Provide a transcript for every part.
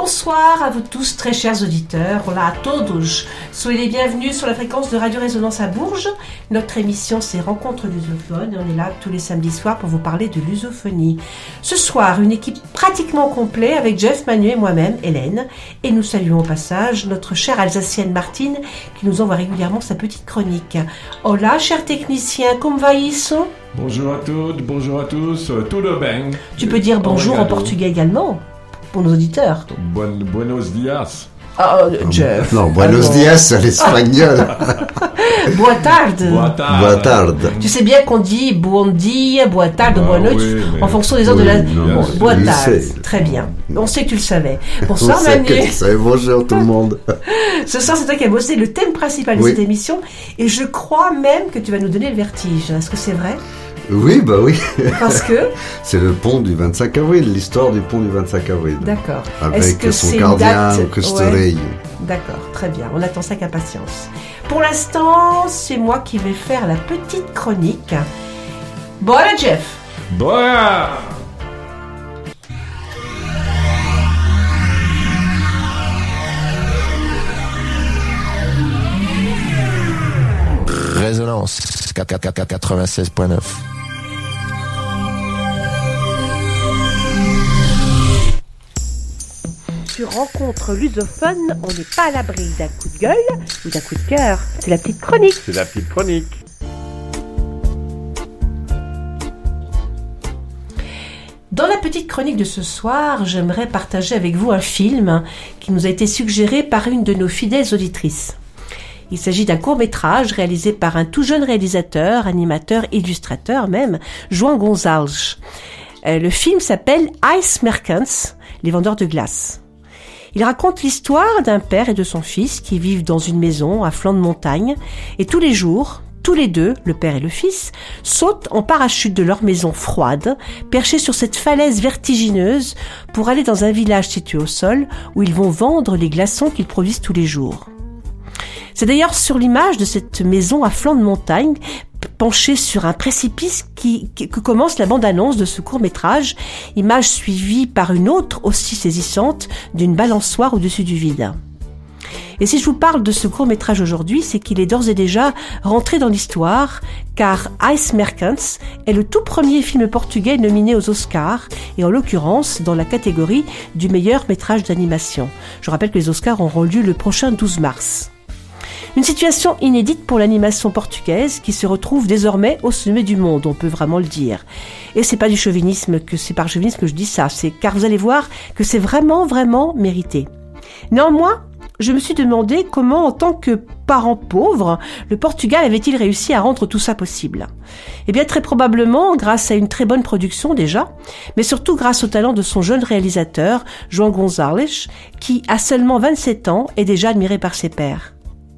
Bonsoir à vous tous, très chers auditeurs. Hola a todos. Soyez les bienvenus sur la fréquence de Radio Résonance à Bourges. Notre émission, c'est Rencontres lusophones. Et on est là tous les samedis soirs pour vous parler de lusophonie. Ce soir, une équipe pratiquement complète avec Jeff, Manu et moi-même, Hélène. Et nous saluons au passage notre chère Alsacienne Martine qui nous envoie régulièrement sa petite chronique. Hola, chers techniciens, como va isso? Bonjour à toutes, bonjour à tous, tudo bem. Tu peux dire bonjour en portugais également pour nos auditeurs. Buenos dias. Jeff. Non, buenos dias à l'espagnol. Boa tarde. Boa tarde. Tu sais bien qu'on dit bon dia, boa tarde, boa noite, en fonction des heures de la... non, boa je tarde. sais. Très bien. On sait que tu le savais. Bonsoir On sait Manu. que tu savais. Bonjour tout le monde. Ce soir, c'est toi qui as bossé le thème principal de cette émission. Et je crois même que tu vas nous donner le vertige. Est-ce que c'est vrai? Oui, bah oui. Parce que... C'est le pont du 25 avril, l'histoire du pont du 25 avril. D'accord. Avec Est-ce que son c'est gardien, une date... Custoreio. D'accord, très bien. On attend ça avec impatience. Pour l'instant, c'est moi qui vais faire la petite chronique. Voilà, Jeff. Boa! Résonance 96.9. Sur Rencontre lusophone, on n'est pas à l'abri d'un coup de gueule ou d'un coup de cœur. C'est la petite chronique. C'est la petite chronique. Dans la petite chronique de ce soir, j'aimerais partager avec vous un film qui nous a été suggéré par une de nos fidèles auditrices. Il s'agit d'un court-métrage réalisé par un tout jeune réalisateur, animateur, illustrateur même, João Gonçalves. Le film s'appelle Ice Merchants, les vendeurs de glace. Il raconte l'histoire d'un père et de son fils qui vivent dans une maison à flanc de montagne et tous les jours, tous les deux, le père et le fils, sautent en parachute de leur maison froide, perchée sur cette falaise vertigineuse pour aller dans un village situé au sol où ils vont vendre les glaçons qu'ils produisent tous les jours. C'est d'ailleurs sur l'image de cette maison à flanc de montagne, penchée sur un précipice que commence la bande-annonce de ce court-métrage, image suivie par une autre aussi saisissante d'une balançoire au-dessus du vide. Et si je vous parle de ce court-métrage aujourd'hui, c'est qu'il est d'ores et déjà rentré dans l'histoire, car Ice Merchants est le tout premier film portugais nominé aux Oscars, et en l'occurrence dans la catégorie du meilleur métrage d'animation. Je rappelle que les Oscars auront lieu le prochain 12 mars. Une situation inédite pour l'animation portugaise qui se retrouve désormais au sommet du monde, on peut vraiment le dire. Et c'est pas du chauvinisme c'est par chauvinisme que je dis ça, c'est car vous allez voir que c'est vraiment mérité. Néanmoins, je me suis demandé comment, en tant que parent pauvre, le Portugal avait-il réussi à rendre tout ça possible. Eh bien, très probablement grâce à une très bonne production déjà, mais surtout grâce au talent de son jeune réalisateur, João Gonçalves, qui, à seulement 27 ans, est déjà admiré par ses pairs.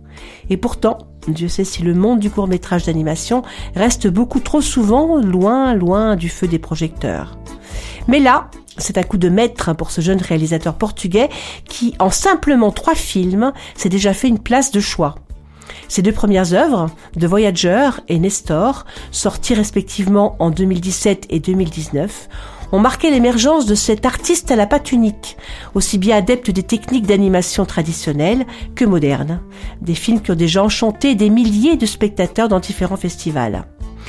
Et pourtant, Dieu sait si le monde du court-métrage d'animation reste beaucoup trop souvent loin du feu des projecteurs. Mais là, c'est un coup de maître pour ce jeune réalisateur portugais qui, en simplement 3 films, s'est déjà fait une place de choix. Ses 2 premières œuvres, The Voyager et Nestor, sorties respectivement en 2017 et 2019, ont marqué l'émergence de cet artiste à la patte unique, aussi bien adepte des techniques d'animation traditionnelles que modernes. Des films qui ont déjà enchanté des milliers de spectateurs dans différents festivals.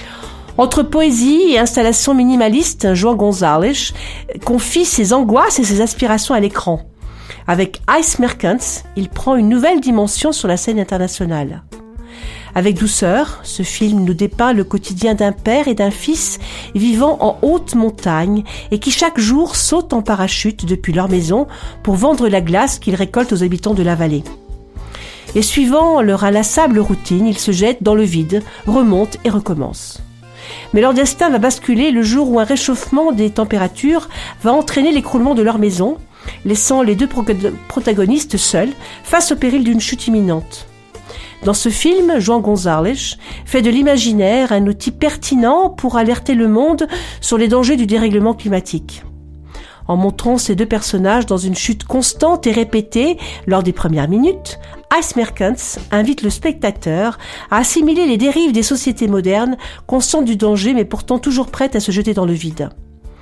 Entre poésie et installation minimaliste, João Gonçalves confie ses angoisses et ses aspirations à l'écran. Avec Ice Merchants, il prend une nouvelle dimension sur la scène internationale. Avec douceur, ce film nous dépeint le quotidien d'un père et d'un fils vivant en haute montagne et qui chaque jour sautent en parachute depuis leur maison pour vendre la glace qu'ils récoltent aux habitants de la vallée. Et suivant leur inlassable routine, ils se jettent dans le vide, remontent et recommencent. Mais leur destin va basculer le jour où un réchauffement des températures va entraîner l'écroulement de leur maison, laissant les 2 protagonistes seuls face au péril d'une chute imminente. Dans ce film, João Gonçalves fait de l'imaginaire un outil pertinent pour alerter le monde sur les dangers du dérèglement climatique. En montrant ces 2 personnages dans une chute constante et répétée lors des premières minutes, Ice Merchants invite le spectateur à assimiler les dérives des sociétés modernes, conscientes du danger mais pourtant toujours prêtes à se jeter dans le vide.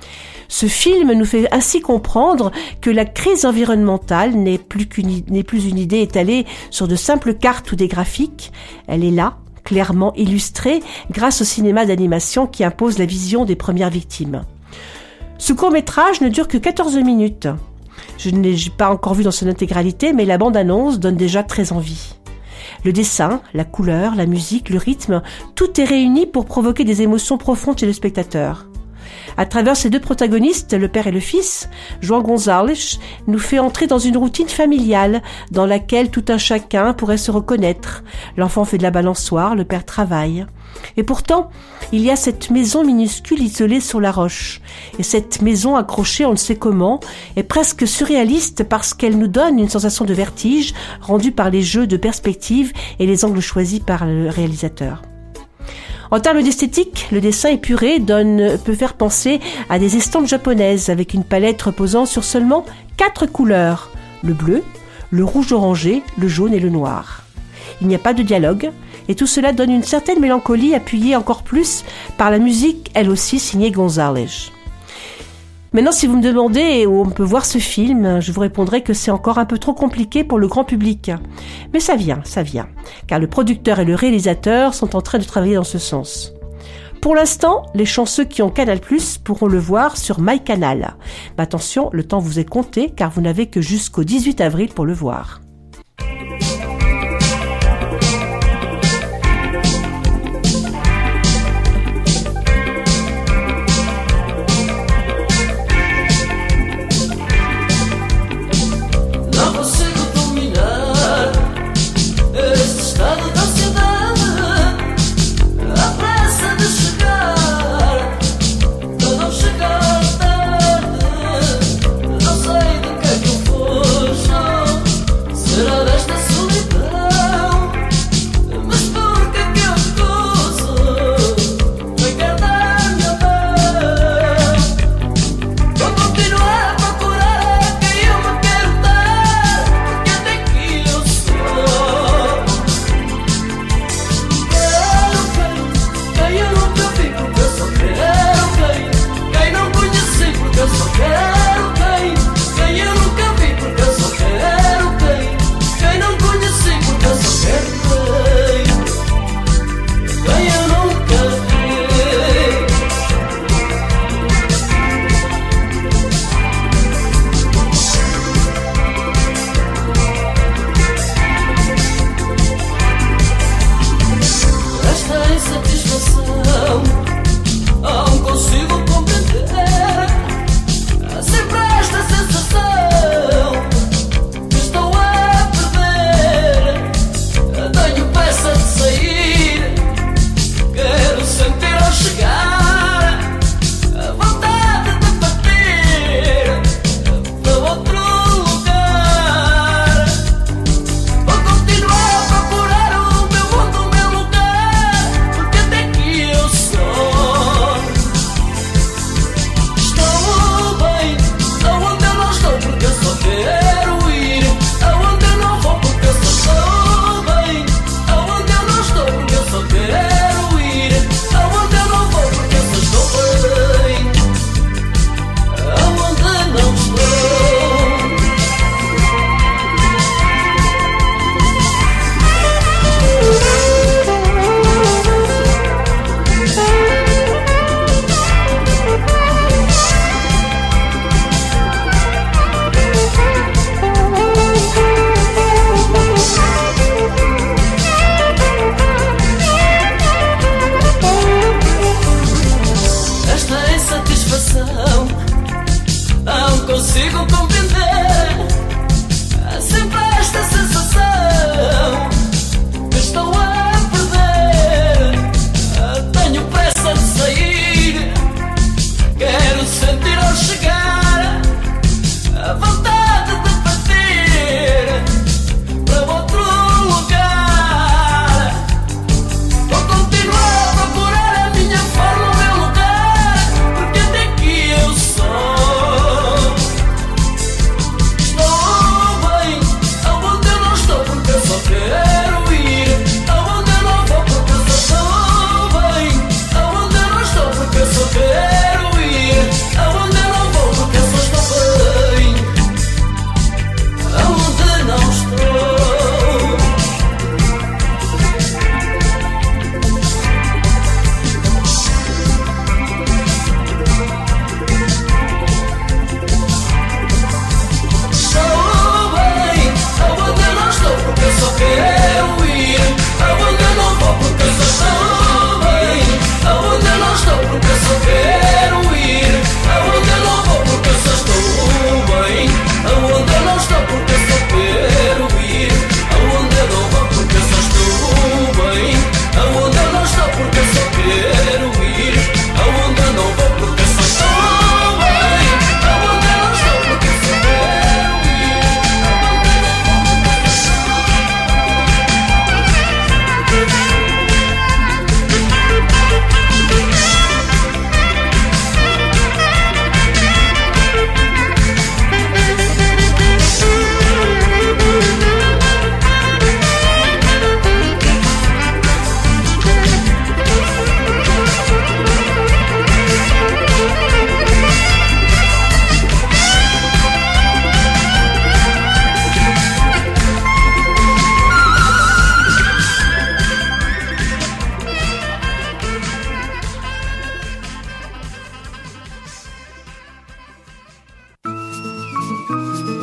Ce film nous fait ainsi comprendre que la crise environnementale n'est plus une idée étalée sur de simples cartes ou des graphiques. Elle est là, clairement illustrée, grâce au cinéma d'animation qui impose la vision des premières victimes. Ce court-métrage ne dure que 14 minutes. Je ne l'ai pas encore vu dans son intégralité, mais la bande-annonce donne déjà très envie. Le dessin, la couleur, la musique, le rythme, tout est réuni pour provoquer des émotions profondes chez le spectateur. À travers ces deux protagonistes, le père et le fils, João Gonzalez nous fait entrer dans une routine familiale dans laquelle tout un chacun pourrait se reconnaître. L'enfant fait de la balançoire, le père travaille. Et pourtant, il y a cette maison minuscule isolée sur la roche. Et cette maison accrochée on ne sait comment est presque surréaliste parce qu'elle nous donne une sensation de vertige rendue par les jeux de perspective et les angles choisis par le réalisateur. En termes d'esthétique, le dessin épuré peut faire penser à des estampes japonaises avec une palette reposant sur seulement 4 couleurs, le bleu, le rouge orangé, le jaune et le noir. Il n'y a pas de dialogue et tout cela donne une certaine mélancolie appuyée encore plus par la musique, elle aussi signée Gonzalez. Maintenant, si vous me demandez où on peut voir ce film, je vous répondrai que c'est encore un peu trop compliqué pour le grand public. Mais ça vient, car le producteur et le réalisateur sont en train de travailler dans ce sens. Pour l'instant, les chanceux qui ont Canal+ pourront le voir sur MyCanal. Mais attention, le temps vous est compté, car vous n'avez que jusqu'au 18 avril pour le voir.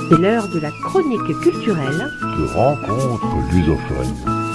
C'est l'heure de la chronique culturelle de rencontres lusophones.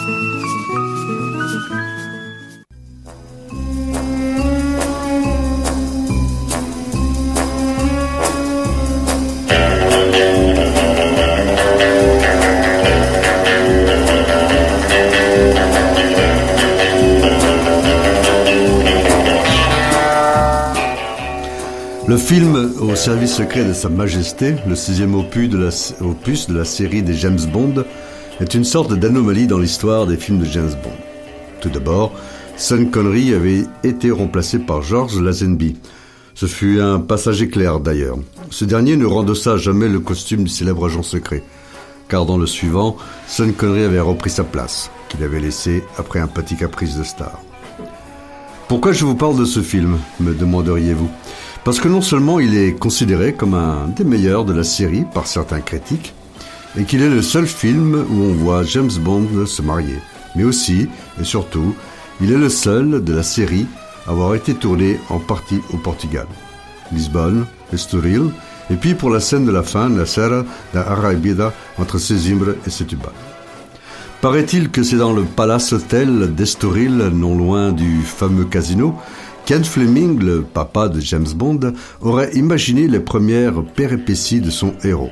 Le film Au service secret de Sa Majesté, le 6e opus de la série des James Bond, est une sorte d'anomalie dans l'histoire des films de James Bond. Tout d'abord, Sean Connery avait été remplacé par George Lazenby. Ce fut un passage éclair d'ailleurs. Ce dernier ne rendossa jamais le costume du célèbre agent secret, car dans le suivant, Sean Connery avait repris sa place, qu'il avait laissée après un petit caprice de star. Pourquoi je vous parle de ce film, me demanderiez-vous ? Parce que non seulement il est considéré comme un des meilleurs de la série par certains critiques, et qu'il est le seul film où on voit James Bond se marier, mais aussi, et surtout, il est le seul de la série à avoir été tourné en partie au Portugal. Lisbonne, Estoril, et puis pour la scène de la fin, la Serra da Arraibida entre Sesimbra et Setúbal. Paraît-il que c'est dans le Palace Hotel d'Estoril, non loin du fameux casino, Ken Fleming, le papa de James Bond, aurait imaginé les premières péripéties de son héros,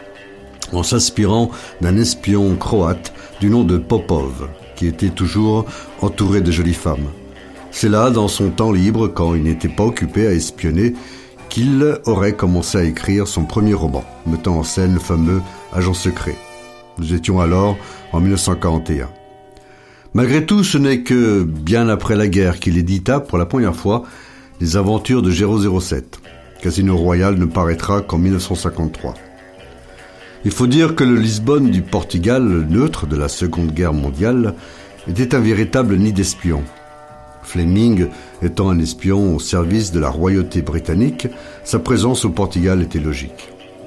en s'inspirant d'un espion croate du nom de Popov, qui était toujours entouré de jolies femmes. C'est là, dans son temps libre, quand il n'était pas occupé à espionner, qu'il aurait commencé à écrire son premier roman, mettant en scène le fameux agent secret. Nous étions alors en 1941. Malgré tout, ce n'est que bien après la guerre qu'il édita pour la première fois les aventures de 007. Casino Royale ne paraîtra qu'en 1953. Il faut dire que le Lisbonne du Portugal, neutre de la Seconde Guerre mondiale, était un véritable nid d'espions. Fleming étant un espion au service de la royauté britannique, sa présence au Portugal était logique.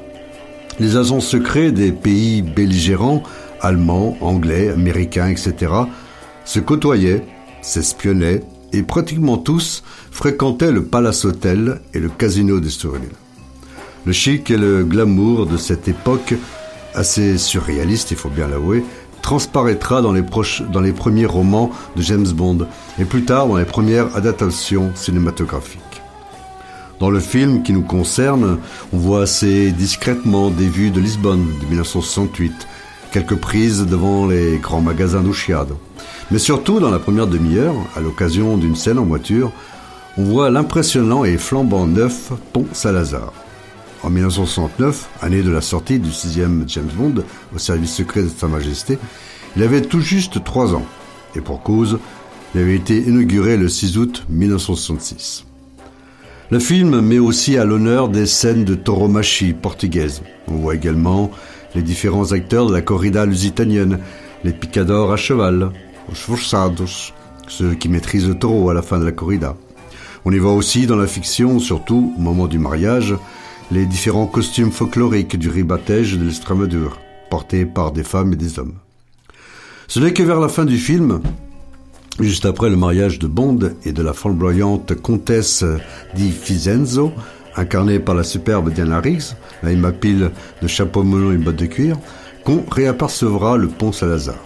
Les agents secrets des pays belligérants, allemands, anglais, américains, etc., se côtoyaient, s'espionnaient et pratiquement tous fréquentaient le Palace Hotel et le casino d'Estoril. Le chic et le glamour de cette époque, assez surréaliste, il faut bien l'avouer, transparaîtra dans les premiers romans de James Bond et plus tard dans les premières adaptations cinématographiques. Dans le film qui nous concerne, on voit assez discrètement des vues de Lisbonne de 1968, quelques prises devant les grands magasins d'Uchiado. Mais surtout, dans la première demi-heure, à l'occasion d'une scène en voiture, on voit l'impressionnant et flambant neuf pont Salazar. En 1969, année de la sortie du 6e James Bond, au service secret de Sa Majesté, il avait tout juste 3 ans. Et pour cause, il avait été inauguré le 6 août 1966. Le film met aussi à l'honneur des scènes de tauromachie portugaises. On voit également les différents acteurs de la corrida lusitanienne, les picadors à cheval, os forçados, ceux qui maîtrisent le taureau à la fin de la corrida. On y voit aussi dans la fiction, surtout au moment du mariage, les différents costumes folkloriques du ribatège de l'Estremadure, portés par des femmes et des hommes. Ce n'est que vers la fin du film, juste après le mariage de Bond et de la flamboyante comtesse di Fizenzo, incarnée par la superbe Diana Riggs, la Imapile de chapeau melon et bottes de cuir, qu'on réapercevra le pont Salazar.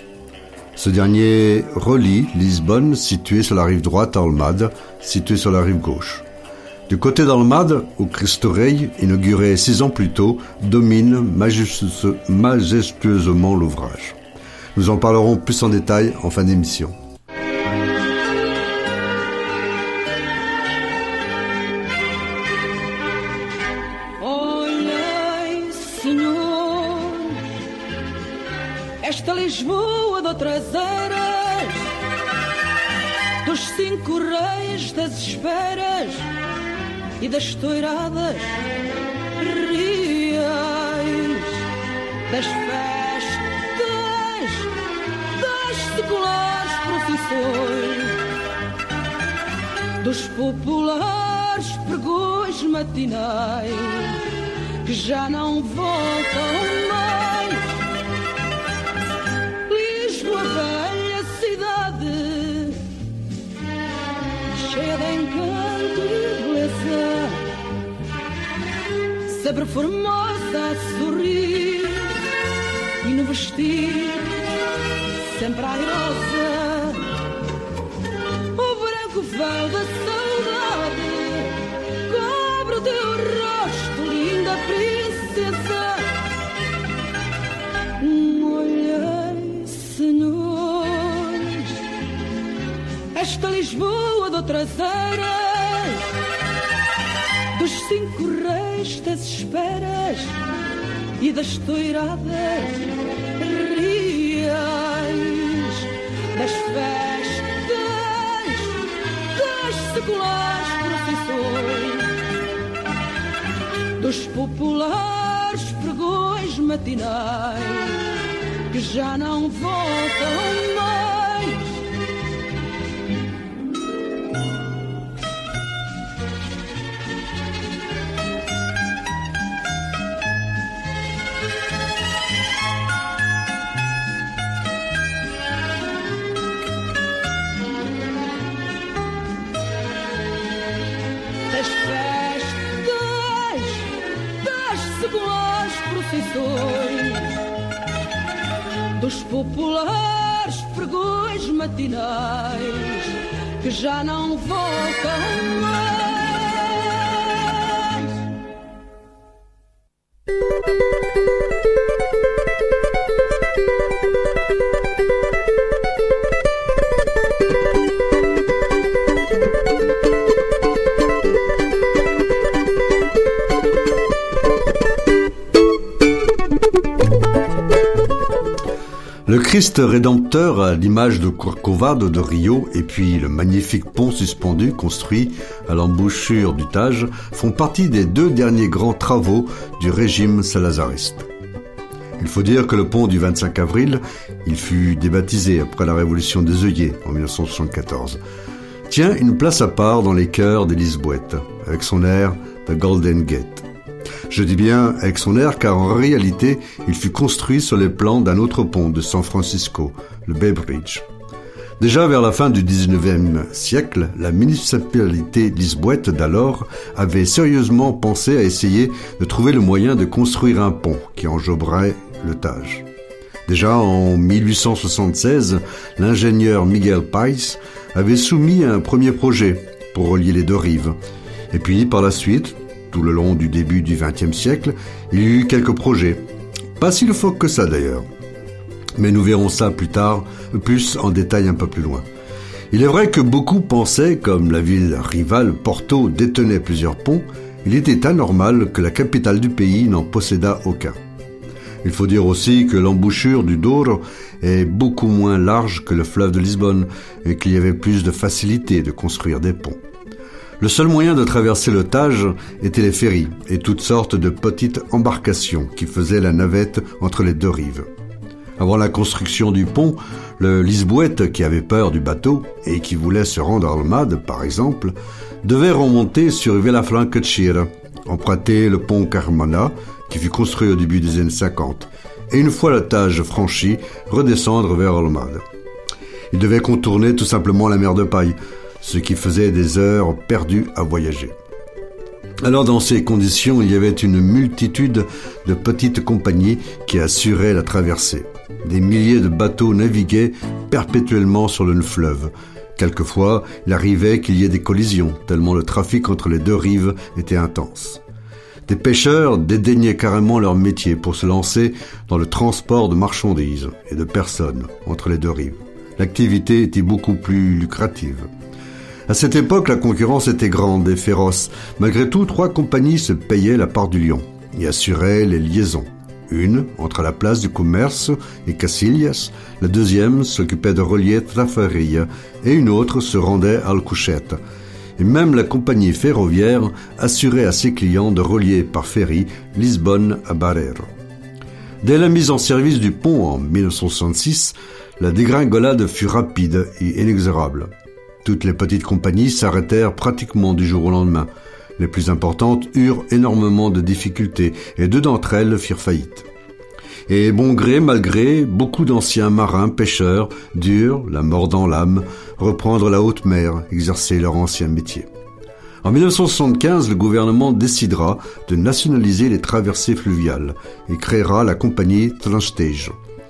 Ce dernier relie Lisbonne, située sur la rive droite, à Almada, située sur la rive gauche. Du côté d'Almada, où Cristo Rei, inauguré 6 ans plus tôt, domine majestueusement l'ouvrage. Nous en parlerons plus en détail en fin d'émission. Olhei, Senhor, esta Lisboa de outras eras, dos 5 reis, das esperas e das toiradas reais, das festas, das seculares procissões, dos populares pregões matinais que já não voltam mais. Lisboa, velha cidade, cheia de encanto e beleza, sempre formosa a sorrir. vestir sempre airosa o branco véu da saudade cobre o teu rosto, linda princesa. Olhei, senhores, esta Lisboa de outras eras, dos 5 reis das esperas e das toiradas reais, das festas, das seculares procissões, dos populares pregões matinais que já não voltam mais. Das festas, das seculares procissões, dos populares pregões matinais que já não voltam mais. Le Christ rédempteur à l'image de Corcovado de Rio et puis le magnifique pont suspendu construit à l'embouchure du Tage font partie des 2 derniers grands travaux du régime salazariste. Il faut dire que le pont du 25 avril, il fut débaptisé après la révolution des œillets en 1974, tient une place à part dans les cœurs des Lisboètes avec son air The Golden Gate. Je dis bien avec son air car en réalité, il fut construit sur les plans d'un autre pont de San Francisco, le Bay Bridge. Déjà vers la fin du 19e siècle, la municipalité lisboète d'alors avait sérieusement pensé à essayer de trouver le moyen de construire un pont qui enjamberait le Tage. Déjà en 1876, l'ingénieur Miguel Pais avait soumis un premier projet pour relier les 2 rives. Et puis par la suite, tout le long du début du XXe siècle, il y eut quelques projets. Pas si loufoques que ça d'ailleurs. Mais nous verrons ça plus tard, plus en détail un peu plus loin. Il est vrai que beaucoup pensaient, comme la ville rivale Porto détenait plusieurs ponts, il était anormal que la capitale du pays n'en possédât aucun. Il faut dire aussi que l'embouchure du Douro est beaucoup moins large que le fleuve de Lisbonne et qu'il y avait plus de facilité de construire des ponts. Le seul moyen de traverser le Tage était les ferries et toutes sortes de petites embarcations qui faisaient la navette entre les 2 rives. Avant la construction du pont, le Lisboète qui avait peur du bateau et qui voulait se rendre à Almada, par exemple, devait remonter sur Villafranca-de-Xira, emprunter le pont Carmona qui fut construit au début des années 50 et une fois le Tage franchi, redescendre vers Almada. Il devait contourner tout simplement la mer de Paille, ce qui faisait des heures perdues à voyager. Alors dans ces conditions, il y avait une multitude de petites compagnies qui assuraient la traversée. Des milliers de bateaux naviguaient perpétuellement sur le fleuve. Quelquefois, il arrivait qu'il y ait des collisions, tellement le trafic entre les 2 rives était intense. Des pêcheurs dédaignaient carrément leur métier pour se lancer dans le transport de marchandises et de personnes entre les 2 rives. L'activité était beaucoup plus lucrative. À cette époque, la concurrence était grande et féroce. Malgré tout, 3 compagnies se payaient la part du lion et assuraient les liaisons. Une, entre la place du Commerce et Cacilhas, la deuxième s'occupait de relier Trafaria et une autre se rendait à Alcochete. Et même la compagnie ferroviaire assurait à ses clients de relier par ferry Lisbonne à Barreiro. Dès la mise en service du pont en 1966, la dégringolade fut rapide et inexorable. Toutes les petites compagnies s'arrêtèrent pratiquement du jour au lendemain. Les plus importantes eurent énormément de difficultés et 2 d'entre elles firent faillite. Et bon gré, mal gré, beaucoup d'anciens marins pêcheurs durent, la mort dans l'âme, reprendre la haute mer, exercer leur ancien métier. En 1975, le gouvernement décidera de nationaliser les traversées fluviales et créera la compagnie Transtejo.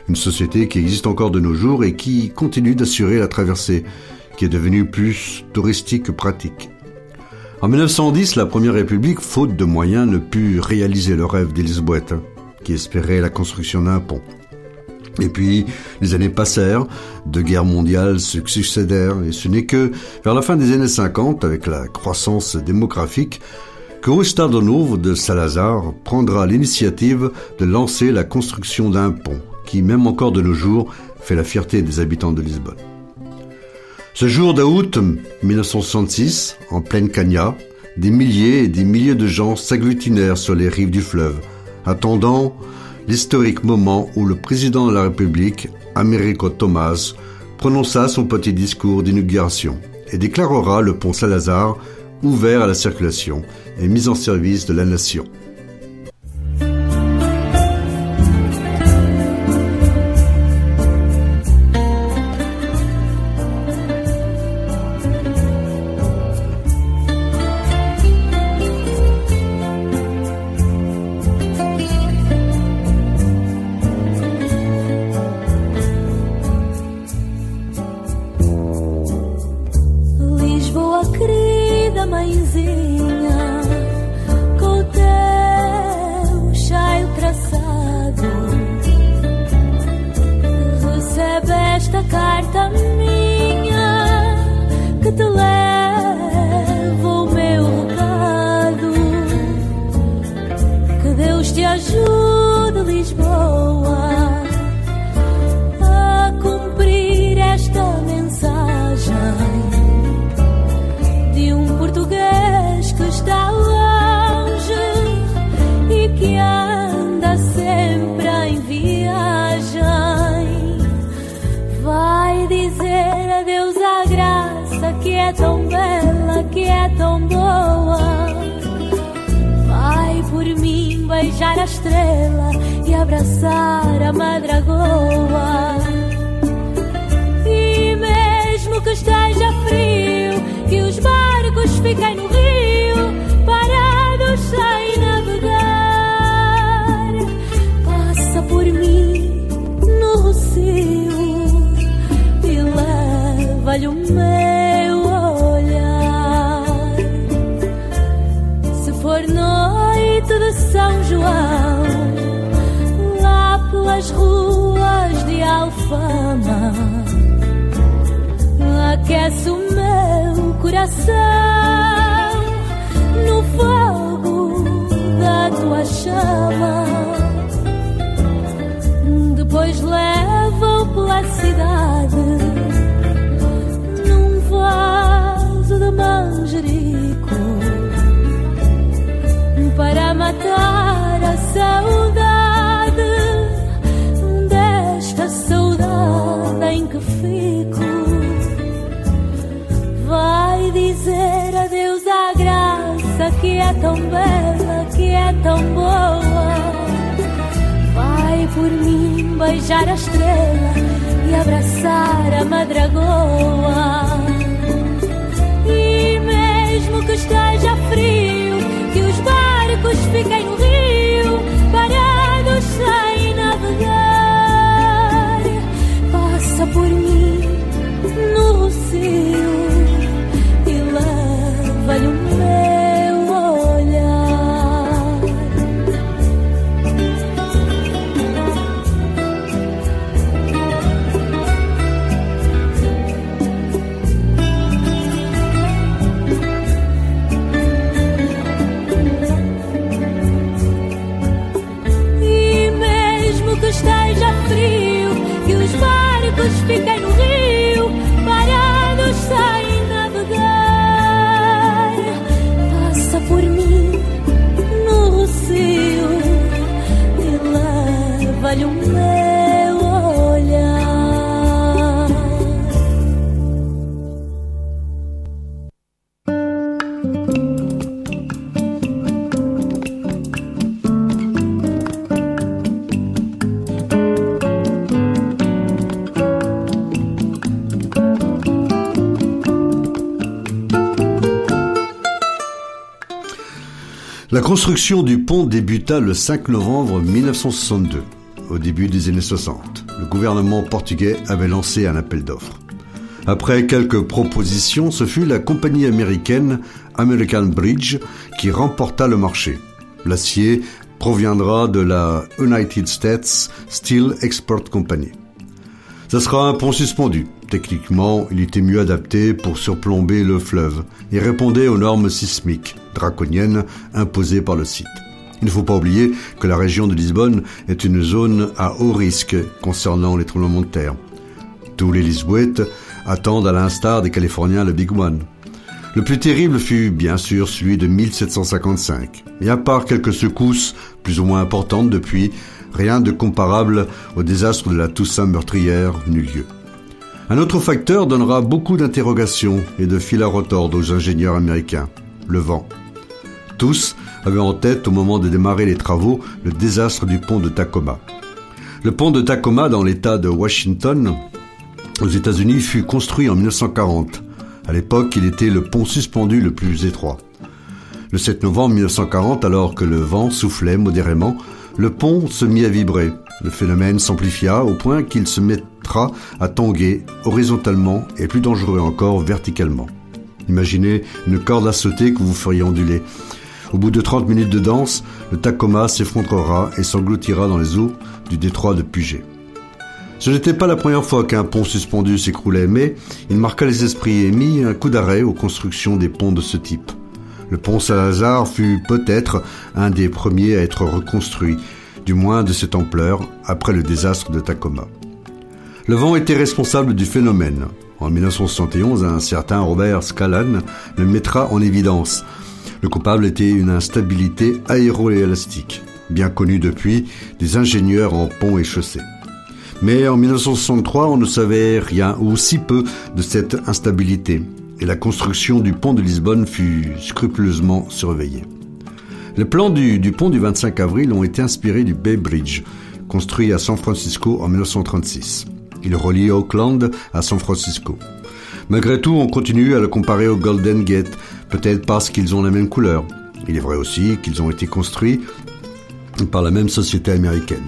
Une société qui existe encore de nos jours et qui continue d'assurer la traversée, qui est devenue plus touristique que pratique. En 1910, la Première République, faute de moyens, ne put réaliser le rêve d'Élisabeth, qui espérait la construction d'un pont. Et puis, les années passèrent, deux guerres mondiales se succédèrent, et ce n'est que vers la fin des années 50, avec la croissance démographique, que Gustavo Novo de Salazar prendra l'initiative de lancer la construction d'un pont, qui, même encore de nos jours, fait la fierté des habitants de Lisbonne. Ce jour d'août 1966, en pleine Cagna, des milliers et des milliers de gens s'agglutinèrent sur les rives du fleuve, attendant l'historique moment où le président de la République, Américo Tomás, prononça son petit discours d'inauguration et déclarera le pont Salazar ouvert à la circulation et mis en service de la nation. Beijar a estrela e abraçar a madragoa. E mesmo que esteja frio, que os barcos fiquem no rio, parados sem navegar, passa por mim no rocio e leva-lhe o meu olhar. Se for noite de São João, lá pelas ruas de Alfama, aquece o meu coração no fogo da tua chama. Depois levam pela cidade num vaso de manjerico para matar a saudade desta saudade em que fico. Vai dizer adeus à graça que é tão bela, que é tão boa. Vai por mim beijar a estrela e abraçar a madragoa. E mesmo que esteja frio, que os barcos fiquem no rio, parados sem navegar, passa por mim no rocio e leva-lhe o meu olhar. Esteja frio, que os barcos fiquem no rio, parados sem navegar, passa por mim no rocio e leva-lhe o meu olhar. La construction du pont débuta le 5 novembre 1962. au début des années 60. Le gouvernement portugais avait lancé un appel d'offres. Après quelques propositions, ce fut la compagnie américaine American Bridge qui remporta le marché. L'acier proviendra de la United States Steel Export Company. Ce sera un pont suspendu. Techniquement, il était mieux adapté pour surplomber le fleuve et répondait aux normes sismiques draconiennes imposées par le site. Il ne faut pas oublier que la région de Lisbonne est une zone à haut risque concernant les tremblements de terre. Tous les Lisboètes attendent à l'instar des Californiens le Big One. Le plus terrible fut bien sûr celui de 1755. Et à part quelques secousses plus ou moins importantes depuis, rien de comparable au désastre de la Toussaint meurtrière n'eut lieu. Un autre facteur donnera beaucoup d'interrogations et de fil à retordre aux ingénieurs américains, le vent. Tous avaient en tête au moment de démarrer les travaux le désastre du pont de Tacoma. Le pont de Tacoma dans l'état de Washington, aux États-Unis, fut construit en 1940. À l'époque, il était le pont suspendu le plus étroit. Le 7 novembre 1940, alors que le vent soufflait modérément, le pont se mit à vibrer. Le phénomène s'amplifia au point qu'il se mettra à tanguer horizontalement et plus dangereux encore verticalement. Imaginez une corde à sauter que vous feriez onduler. Au bout de 30 minutes de danse, le Tacoma s'effondrera et s'engloutira dans les eaux du détroit de Puget. Ce n'était pas la première fois qu'un pont suspendu s'écroulait, mais il marqua les esprits et mit un coup d'arrêt aux constructions des ponts de ce type. Le pont Saint-Lazare fut peut-être un des premiers à être reconstruit, du moins de cette ampleur, après le désastre de Tacoma. Le vent était responsable du phénomène. En 1971, un certain Robert Scallon le mettra en évidence. Le coupable était une instabilité aéroélastique, bien connue depuis des ingénieurs en ponts et chaussées. Mais en 1963, on ne savait rien ou si peu de cette instabilité, et la construction du pont de Lisbonne fut scrupuleusement surveillée. Les plans du pont du 25 avril ont été inspirés du Bay Bridge, construit à San Francisco en 1936. Il relie Oakland à San Francisco. Malgré tout, on continue à le comparer au Golden Gate, peut-être parce qu'ils ont la même couleur. Il est vrai aussi qu'ils ont été construits par la même société américaine.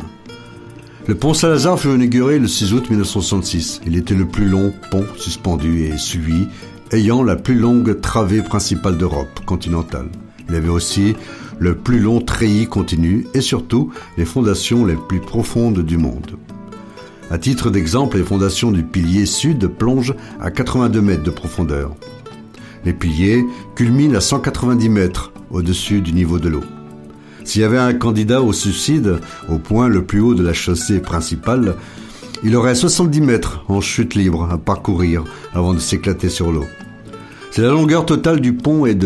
Le pont Saint-Lazare fut inauguré le 6 août 1966. Il était le plus long pont suspendu et suivi, ayant la plus longue travée principale d'Europe continentale. Il avait aussi le plus long treillis continu et surtout les fondations les plus profondes du monde. À titre d'exemple, les fondations du pilier sud plongent à 82 mètres de profondeur. Les piliers culminent à 190 mètres au-dessus du niveau de l'eau. S'il y avait un candidat au suicide au point le plus haut de la chaussée principale, il aurait 70 mètres en chute libre à parcourir avant de s'éclater sur l'eau. Si la longueur totale du pont est de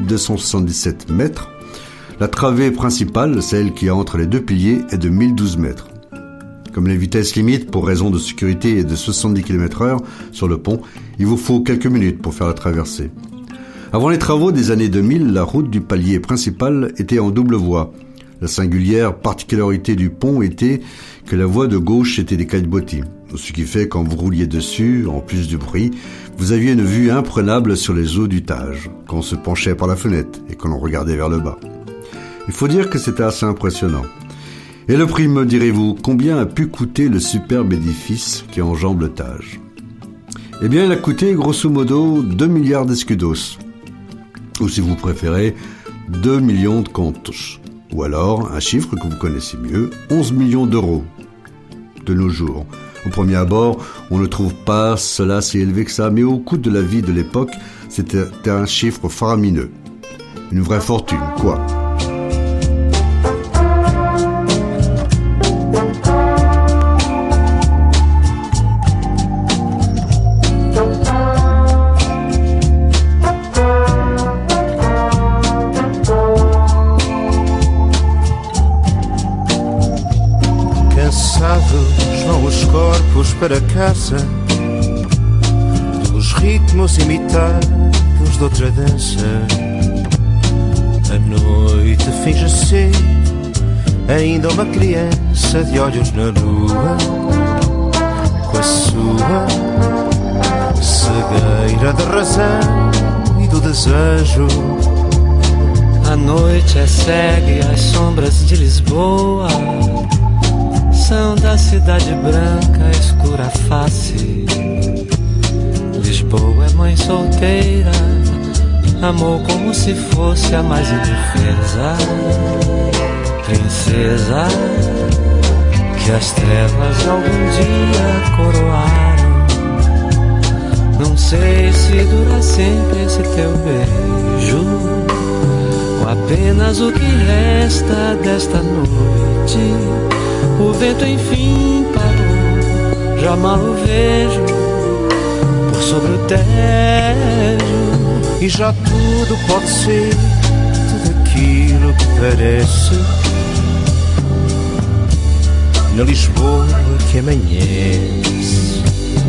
2277 mètres, la travée principale, celle qui est entre les deux piliers, est de 1012 mètres. Comme les vitesses limites pour raison de sécurité est de 70 km/h sur le pont, il vous faut quelques minutes pour faire la traversée. Avant les travaux des années 2000, la route du palier principal était en double voie. La singulière particularité du pont était que la voie de gauche était des caillebotis, ce qui fait quand vous rouliez dessus, en plus du bruit, vous aviez une vue imprenable sur les eaux du Tage, quand on se penchait par la fenêtre et que l'on regardait vers le bas. Il faut dire que c'était assez impressionnant. Et le prix, me direz-vous, combien a pu coûter le superbe édifice qui enjambe le Tage? Eh bien, il a coûté grosso modo 2 milliards d'escudos. Ou si vous préférez, 2 millions de contos. Ou alors, un chiffre que vous connaissez mieux, 11 millions d'euros de nos jours. Au premier abord, on ne trouve pas cela si élevé que ça, mais au coût de la vie de l'époque, c'était un chiffre faramineux. Une vraie fortune, quoi. Para casa dos ritmos imitados de outra dança. A noite finge ser ainda uma criança de olhos na lua, com a sua cegueira da razão e do desejo. A noite é cega e as sombras de Lisboa são cidade branca, escura face. Lisboa é mãe solteira, amou como se fosse a mais indefesa princesa que as trevas algum dia coroaram. Não sei se dura sempre esse teu beijo, ou apenas o que resta desta noite. O vento enfim parou, já mal o vejo por sobre o Tejo. E já tudo pode ser, tudo aquilo que parece, na Lisboa que amanhece.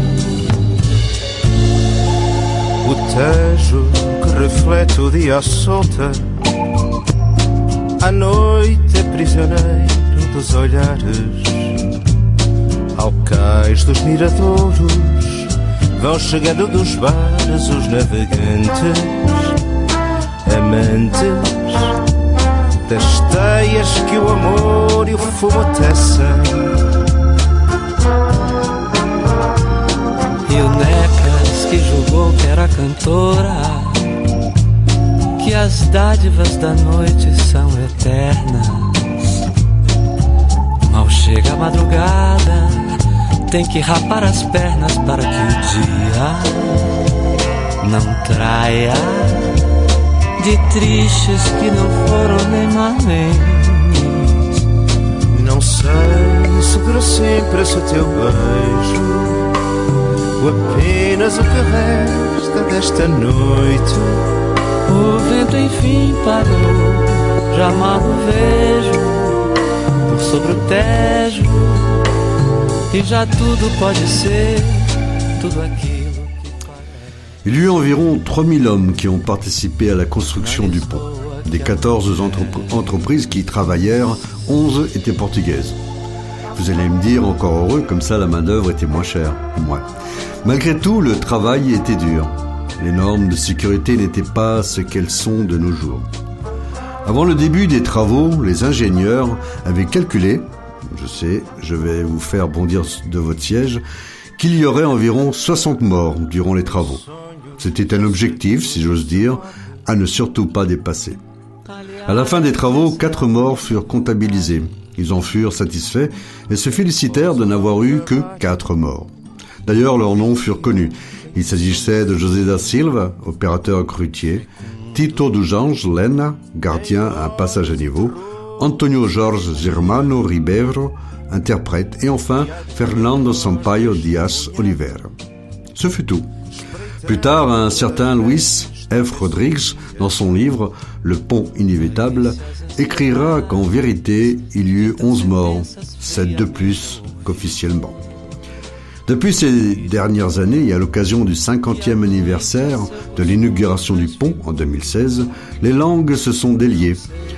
O Tejo que reflete o dia à solta, à noite é prisioneiro dos olhares. Ao cais dos miradouros vão chegando dos bares os navegantes, amantes das teias que o amor e o fumo tecem. E o Necas que julgou que era cantora, que as dádivas da noite são eternas. Mal chega a madrugada, tem que rapar as pernas para que o dia não traia de tristes que não foram nem males. Não sei se dura sempre esse teu beijo, ou apenas o que resta desta noite. O vento enfim parou, já mal o vejo por sobre o Tejo. Et já tudo pode ser, tudo aquilo que parece. Il y eut environ 3000 hommes qui ont participé à la construction du pont. Des 14 entreprises qui y travaillèrent, 11 étaient portugaises. Vous allez me dire, encore heureux, comme ça la main-d'œuvre était moins chère. Ouais. Malgré tout, le travail était dur. Les normes de sécurité n'étaient pas ce qu'elles sont de nos jours. Avant le début des travaux, les ingénieurs avaient calculé, je sais, je vais vous faire bondir de votre siège, qu'il y aurait environ 60 morts durant les travaux. C'était un objectif, si j'ose dire, à ne surtout pas dépasser. À la fin des travaux, 4 morts furent comptabilisés. Ils en furent satisfaits et se félicitèrent de n'avoir eu que 4 morts. D'ailleurs, leurs noms furent connus. Il s'agissait de José da Silva, opérateur grutier, Tito dos Anjos Lena, gardien à un passage à niveau, Antonio Jorge Germano Ribeiro, interprète, et enfin Fernando Sampaio Dias Oliveira. Ce fut tout. Plus tard, un certain Luis F. Rodrigues, dans son livre « Le pont inévitable », écrira qu'en vérité, il y eut 11 morts, 7 de plus qu'officiellement. Depuis ces dernières années, et à l'occasion du 50e anniversaire de l'inauguration du pont en 2016, les langues se sont déliées.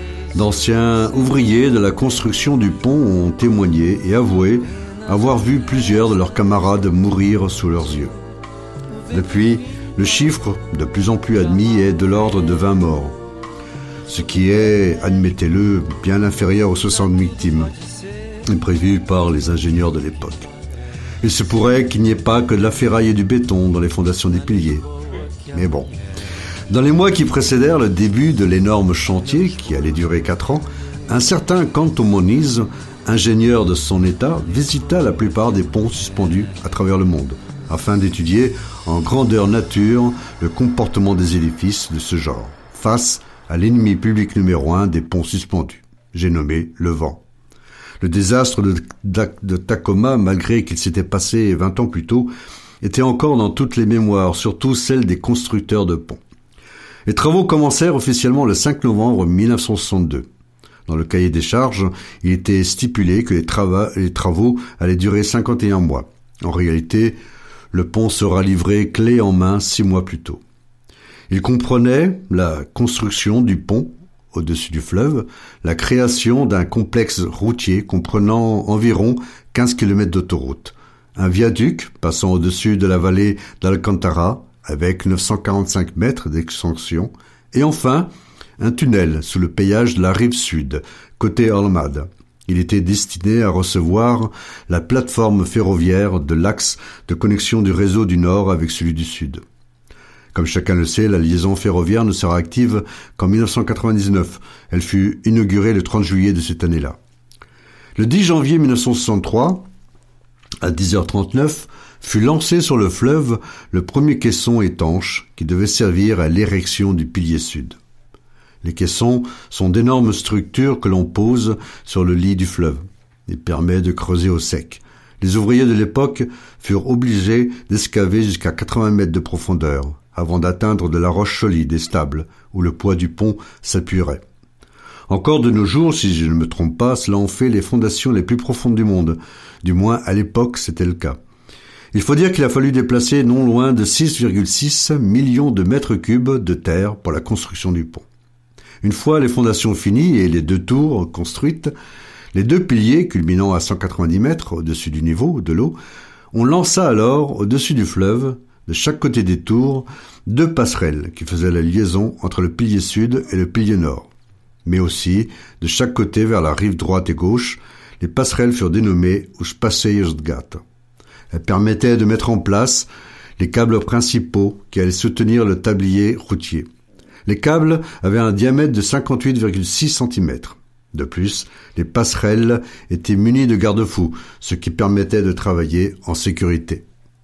D'anciens ouvriers de la construction du pont ont témoigné et avoué avoir vu plusieurs de leurs camarades mourir sous leurs yeux. Depuis, le chiffre, de plus en plus admis, est de l'ordre de 20 morts, ce qui est, admettez-le, bien inférieur aux 60 victimes prévues par les ingénieurs de l'époque. Il se pourrait qu'il n'y ait pas que de la ferraille et du béton dans les fondations des piliers. Mais bon. Dans les mois qui précédèrent le début de l'énorme chantier, qui allait durer 4 ans, un certain Canto Moniz, ingénieur de son état, visita la plupart des ponts suspendus à travers le monde, afin d'étudier en grandeur nature le comportement des édifices de ce genre, face à l'ennemi public numéro 1 des ponts suspendus. J'ai nommé le vent. Le désastre de Tacoma, malgré qu'il s'était passé 20 ans plus tôt, était encore dans toutes les mémoires, surtout celles des constructeurs de ponts. Les travaux commencèrent officiellement le 5 novembre 1962. Dans le cahier des charges, il était stipulé que les travaux allaient durer 51 mois. En réalité, le pont sera livré clé en main 6 mois plus tôt. Il comprenait la construction du pont au-dessus du fleuve, la création d'un complexe routier comprenant environ 15 km d'autoroute, un viaduc passant au-dessus de la vallée d'Alcantara avec 945 mètres d'extension, et enfin un tunnel sous le péage de la rive sud, côté Almada. Il était destiné à recevoir la plateforme ferroviaire de l'axe de connexion du réseau du Nord avec celui du Sud. Comme chacun le sait, la liaison ferroviaire ne sera active qu'en 1999. Elle fut inaugurée le 30 juillet de cette année-là. Le 10 janvier 1963, à 10h39, fut lancé sur le fleuve le premier caisson étanche qui devait servir à l'érection du pilier sud. Les caissons sont d'énormes structures que l'on pose sur le lit du fleuve. Il permet de creuser au sec. Les ouvriers de l'époque furent obligés d'excaver jusqu'à 80 mètres de profondeur avant d'atteindre de la roche solide et stable où le poids du pont s'appuierait. Encore de nos jours, si je ne me trompe pas, cela en fait les fondations les plus profondes du monde. Du moins, à l'époque, c'était le cas. Il faut dire qu'il a fallu déplacer non loin de 6,6 millions de mètres cubes de terre pour la construction du pont. Une fois les fondations finies et les 2 tours construites, les 2 piliers, culminant à 190 mètres au-dessus du niveau de l'eau, on lança alors au-dessus du fleuve, de chaque côté des tours, 2 passerelles qui faisaient la liaison entre le pilier sud et le pilier nord. Mais aussi, de chaque côté vers la rive droite et gauche, les passerelles furent dénommées Os Passeios de Gato. Elles permettaient de mettre en place les câbles principaux qui allaient soutenir le tablier routier. Les câbles avaient un diamètre de 58,6 cm. De plus, les passerelles étaient munies de garde-fous, ce qui permettait de travailler en sécurité.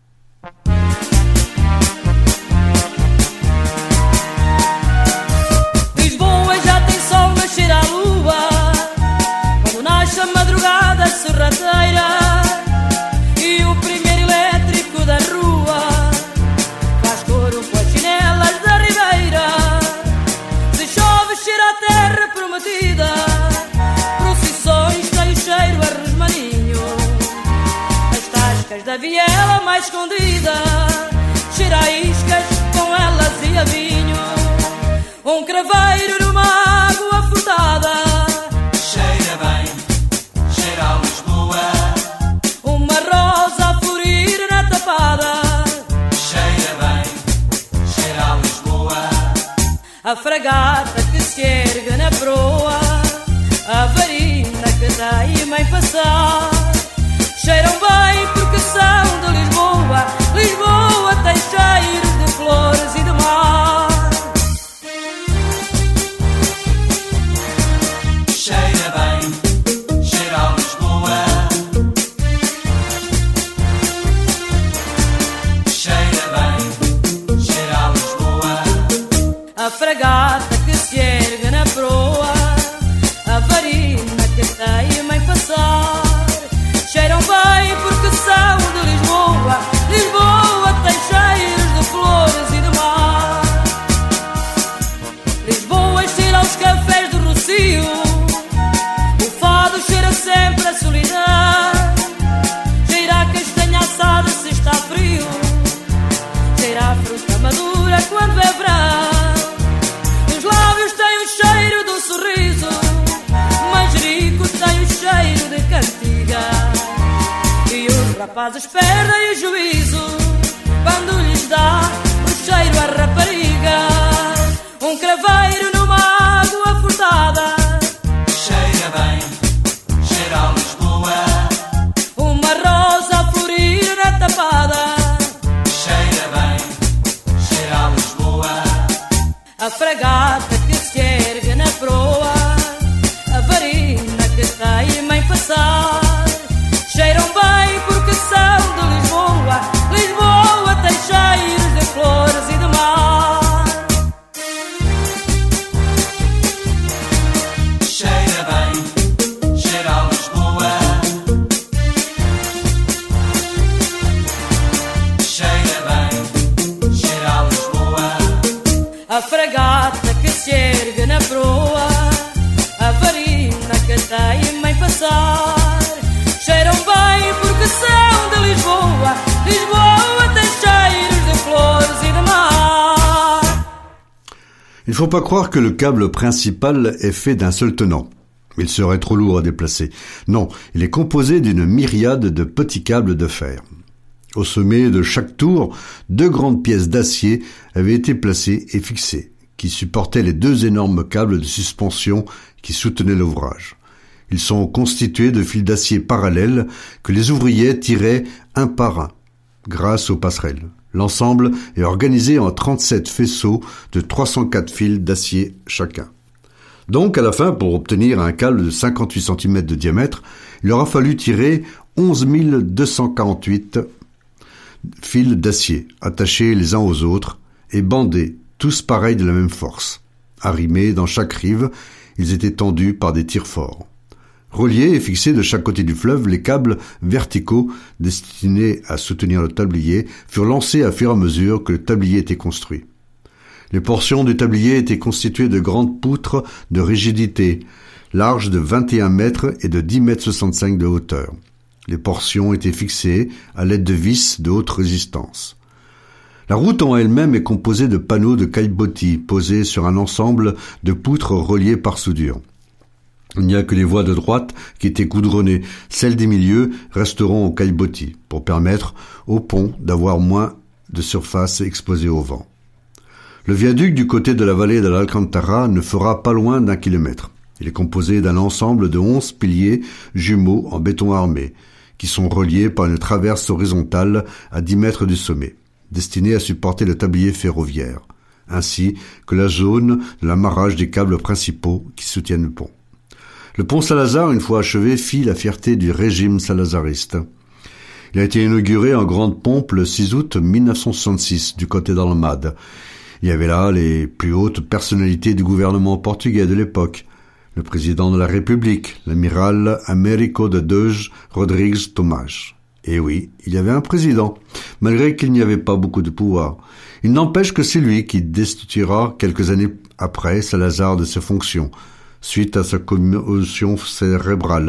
Lisboa já tem sol, mas cheira a lua quando nasce a madrugada sorrateira e o primeiro elétrico da rua faz coro com as chinelas da ribeira. Se chove cheira a terra prometida, procissões têm o cheiro a rosmaninho, as tascas da viela mais escondida cheira a iscas com elas e a vinho. Craveiro numa água furtada cheira bem, cheira a Lisboa. Uma rosa a florir na tapada cheira bem, cheira a Lisboa. A fragata que se ergue na proa, a varina que teima em passar, cheiram bem porque são de Lisboa. Lisboa tem cheiros de flores e de mar. Cheira bem, cheira a Lisboa. Cheira bem, cheira a Lisboa. A fragata que se ergue na proa, a varina que teima em passar, cheiram bem porque são de Lisboa. Lisboa tem cheiros de flores e de mar. Lisboa cheira aos cafés do Rocio, cheira sempre a solidão, cheira a castanha assada se está frio, cheira a fruta madura quando é verão. Os lábios têm o cheiro do sorriso, manjerico tem o cheiro de cantiga, e os rapazes perdem o juízo quando lhes dá o cheiro a rapariga. Craveiro numa água furtada cheira bem, cheira a Lisboa. Uma rosa a florir na tapada cheira bem, cheira a Lisboa. A fragata que se ergue na proa, a varina que teima em passar, cheiram bem porque são de Lisboa. Lisboa tem cheiros de flores e de mar. Cheira bem, cheira a Lisboa. Cheira bem, cheira a Lisboa. A fragata que se ergue na proa, a varina que teima em passar, cheiram bem porque são de Lisboa. Lisboa tem cheiros de flores e de mar. Il ne faut pas croire que le câble principal est fait d'un seul tenant. Il serait trop lourd à déplacer. Non, il est composé d'une myriade de petits câbles de fer. Au sommet de chaque tour, 2 grandes pièces d'acier avaient été placées et fixées, qui supportaient les 2 énormes câbles de suspension qui soutenaient l'ouvrage. Ils sont constitués de fils d'acier parallèles que les ouvriers tiraient un par un, grâce aux passerelles. L'ensemble est organisé en 37 faisceaux de 304 fils d'acier chacun. Donc, à la fin, pour obtenir un câble de 58 cm de diamètre, il aura fallu tirer 11 248 fils d'acier, attachés les uns aux autres et bandés, tous pareils de la même force. Arrimés dans chaque rive, ils étaient tendus par des tirs forts. Reliés et fixés de chaque côté du fleuve, les câbles verticaux destinés à soutenir le tablier furent lancés à fur et à mesure que le tablier était construit. Les portions du tablier étaient constituées de grandes poutres de rigidité, larges de 21 mètres et de 10 mètres 65 de hauteur. Les portions étaient fixées à l'aide de vis de haute résistance. La route en elle-même est composée de panneaux de caillebotis posés sur un ensemble de poutres reliées par soudure. Il n'y a que les voies de droite qui étaient goudronnées. Celles des milieux resteront au caillebotis pour permettre au pont d'avoir moins de surface exposée au vent. Le viaduc du côté de la vallée de l'Alcantara ne fera pas loin d'1 kilomètre. Il est composé d'un ensemble de 11 piliers jumeaux en béton armé, qui sont reliés par une traverse horizontale à 10 mètres du sommet, destinée à supporter le tablier ferroviaire, ainsi que la zone de l'amarrage des câbles principaux qui soutiennent le pont. Le pont Salazar, une fois achevé, fit la fierté du régime salazariste. Il a été inauguré en grande pompe le 6 août 1966 du côté d'Almada. Il y avait là les plus hautes personnalités du gouvernement portugais de l'époque. Le président de la République, l'amiral Américo de Deus Rodrigues Tomás. Et oui, il y avait un président, malgré qu'il n'y avait pas beaucoup de pouvoir. Il n'empêche que c'est lui qui destituera quelques années après Salazar de ses fonctions, suite à sa commotion cérébrale.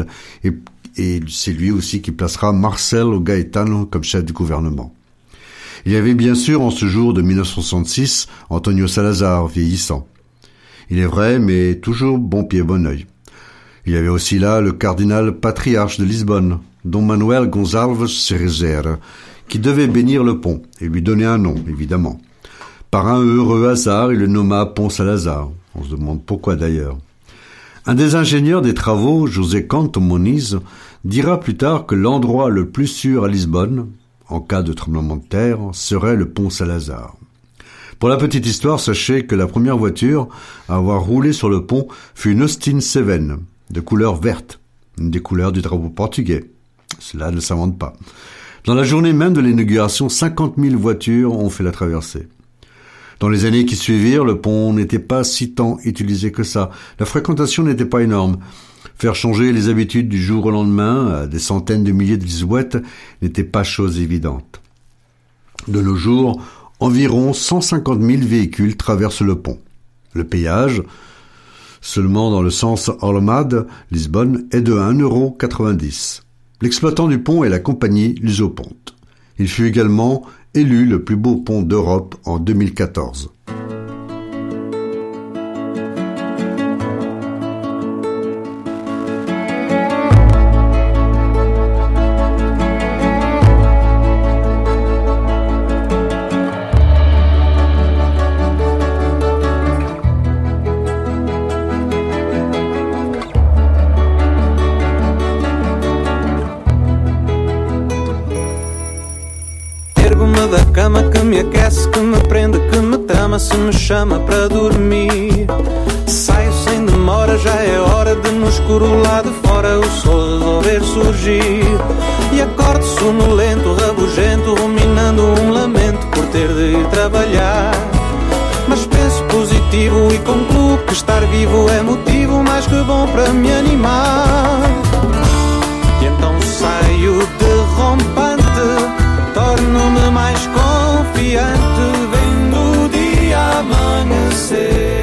Et c'est lui aussi qui placera Marcelo Gaetano comme chef du gouvernement. Il y avait bien sûr en ce jour de 1966 Antonio Salazar, vieillissant. Il est vrai, mais toujours bon pied bon œil. Il y avait aussi là le cardinal patriarche de Lisbonne, Dom Manuel Gonçalves Cerezer, qui devait bénir le pont et lui donner un nom, évidemment. Par un heureux hasard, il le nomma Pont Salazar. On se demande pourquoi d'ailleurs. Un des ingénieurs des travaux, José Canto Moniz, dira plus tard que l'endroit le plus sûr à Lisbonne, en cas de tremblement de terre, serait le pont Salazar. Pour la petite histoire, sachez que la première voiture à avoir roulé sur le pont fut une Austin Seven, de couleur verte, une des couleurs du drapeau portugais. Cela ne s'invente pas. Dans la journée même de l'inauguration, 50 000 voitures ont fait la traversée. Dans les années qui suivirent, le pont n'était pas si tant utilisé que ça. La fréquentation n'était pas énorme. Faire changer les habitudes du jour au lendemain à des centaines de milliers de Lisboètes n'était pas chose évidente. De nos jours, environ 150 000 véhicules traversent le pont. Le péage, seulement dans le sens Almada-Lisbonne, est de 1,90 €. L'exploitant du pont est la compagnie Lusoponte. Il fut également élu le plus beau pont d'Europe en 2014. Da cama que me aquece, que me prende, que me trama, se me chama para dormir. Saio sem demora, já é hora de no escuro lá de fora o sol resolver surgir. E acordo sonolento, rabugento, ruminando um lamento por ter de ir trabalhar. Mas penso positivo e concluo que estar vivo é motivo mais que bom para me animar. E então saio derrompante, torno-me mais confiante, vendo o dia amanhecer.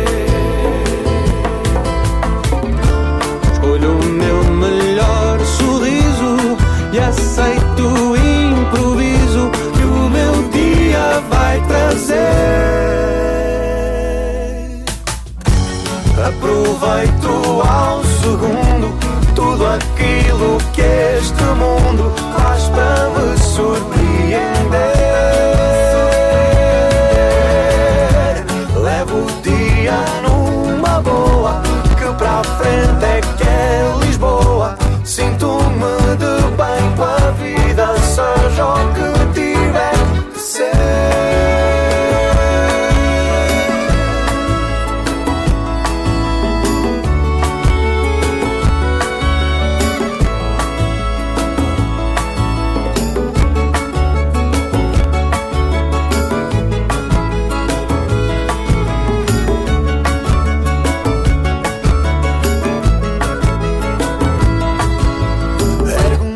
Escolho o meu melhor sorriso e aceito o improviso que o meu dia vai trazer. Aproveito ao segundo tudo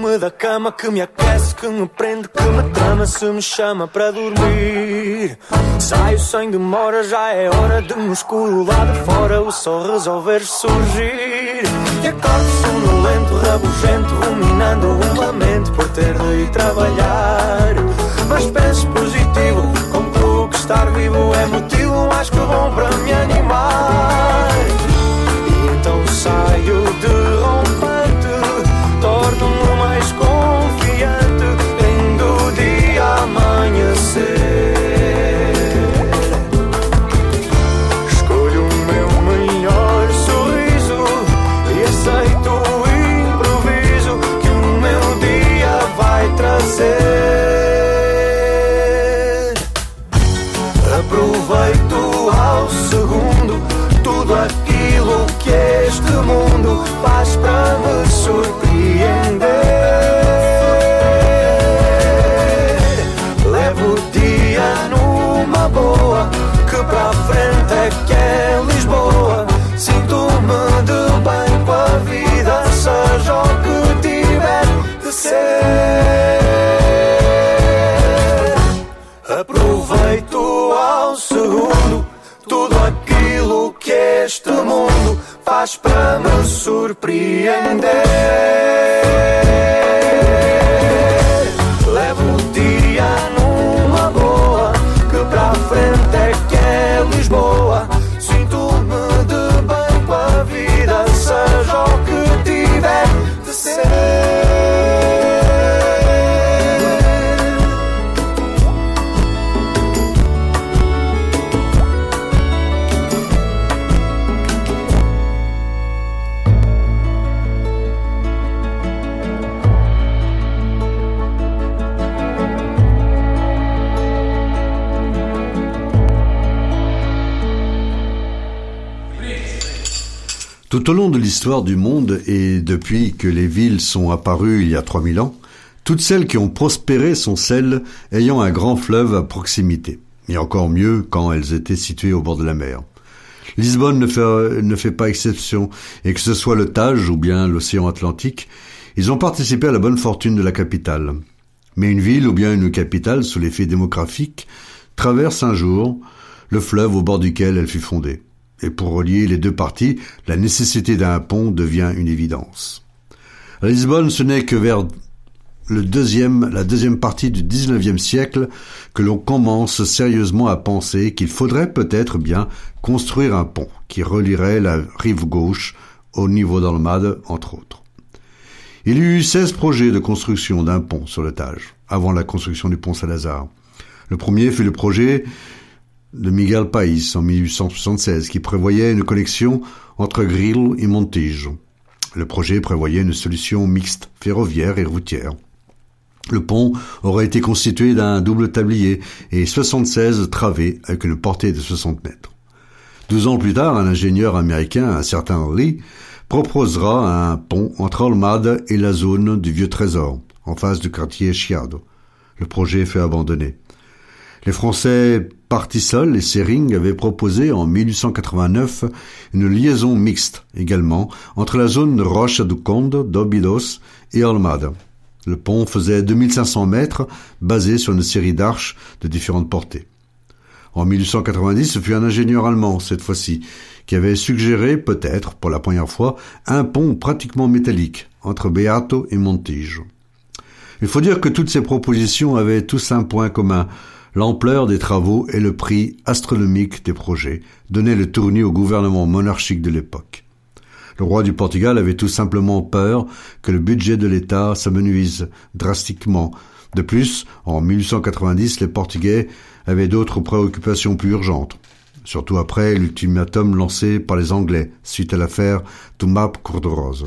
Saio-me da cama que me aquece, que me prende, que me trama, se me chama para dormir. Saio sem demora, já é hora de no escuro lá de fora o sol resolver surgir. E acordo sonolento, rabugento, ruminando um lamento por ter de ir trabalhar. Mas penso positivo, concluo que estar vivo é motivo mais que bom para me animar. E então saio derrompante, torno-me mais confiante, vendo o dia amanhecer. Escolho o meu melhor sorriso e aceito o improviso que o meu dia vai trazer. Aproveito ao segundo tudo aquilo que este mundo faz para me surpreender. Levo o dia numa boa, que para a frente é que é Lisboa. Sinto-me de bem com a vida, seja o que tiver de ser. Aproveito ao segundo tudo aquilo que este mundo faz para me surpreender. Levo o dia numa boa, que para a frente é que é Lisboa. Sinto-me de bem com a vida, seja o que tiver de ser. Tout au long de l'histoire du monde et depuis que les villes sont apparues il y a 3000 ans, toutes celles qui ont prospéré sont celles ayant un grand fleuve à proximité. Et encore mieux quand elles étaient situées au bord de la mer. Lisbonne ne fait pas exception, et que ce soit le Tage ou bien l'océan Atlantique, ils ont participé à la bonne fortune de la capitale. Mais une ville ou bien une capitale, sous l'effet démographique, traverse un jour le fleuve au bord duquel elle fut fondée. Et pour relier les deux parties, la nécessité d'un pont devient une évidence. À Lisbonne, ce n'est que vers la deuxième partie du 19e siècle que l'on commence sérieusement à penser qu'il faudrait peut-être bien construire un pont qui relierait la rive gauche au niveau d'Almada, entre autres. Il y eut 16 projets de construction d'un pont sur le Tage, avant la construction du pont Saint-Lazare. Le premier fut le projet de Miguel País en 1876, qui prévoyait une connexion entre Grilo et Montijo. Le projet prévoyait une solution mixte, ferroviaire et routière. Le pont aurait été constitué d'un double tablier et 76 travées avec une portée de 60 mètres. 12 ans plus tard, un ingénieur américain, un certain Lee, proposera un pont entre Almada et la zone du Vieux Trésor, en face du quartier Chiado. Le projet fut abandonné. Les Français Partisol et Sering avaient proposé en 1889 une liaison mixte également entre la zone de Rocha do Conde, d'Óbidos et Almada. Le pont faisait 2500 mètres, basé sur une série d'arches de différentes portées. En 1890, ce fut un ingénieur allemand, cette fois-ci, qui avait suggéré, peut-être pour la première fois, un pont pratiquement métallique entre Beato et Montijo. Il faut dire que toutes ces propositions avaient tous un point commun. L'ampleur des travaux et le prix astronomique des projets donnaient le tournis au gouvernement monarchique de l'époque. Le roi du Portugal avait tout simplement peur que le budget de l'État s'amenuise drastiquement. De plus, en 1890, les Portugais avaient d'autres préoccupations plus urgentes, surtout après l'ultimatum lancé par les Anglais suite à l'affaire Tumap Cor-de-Rose.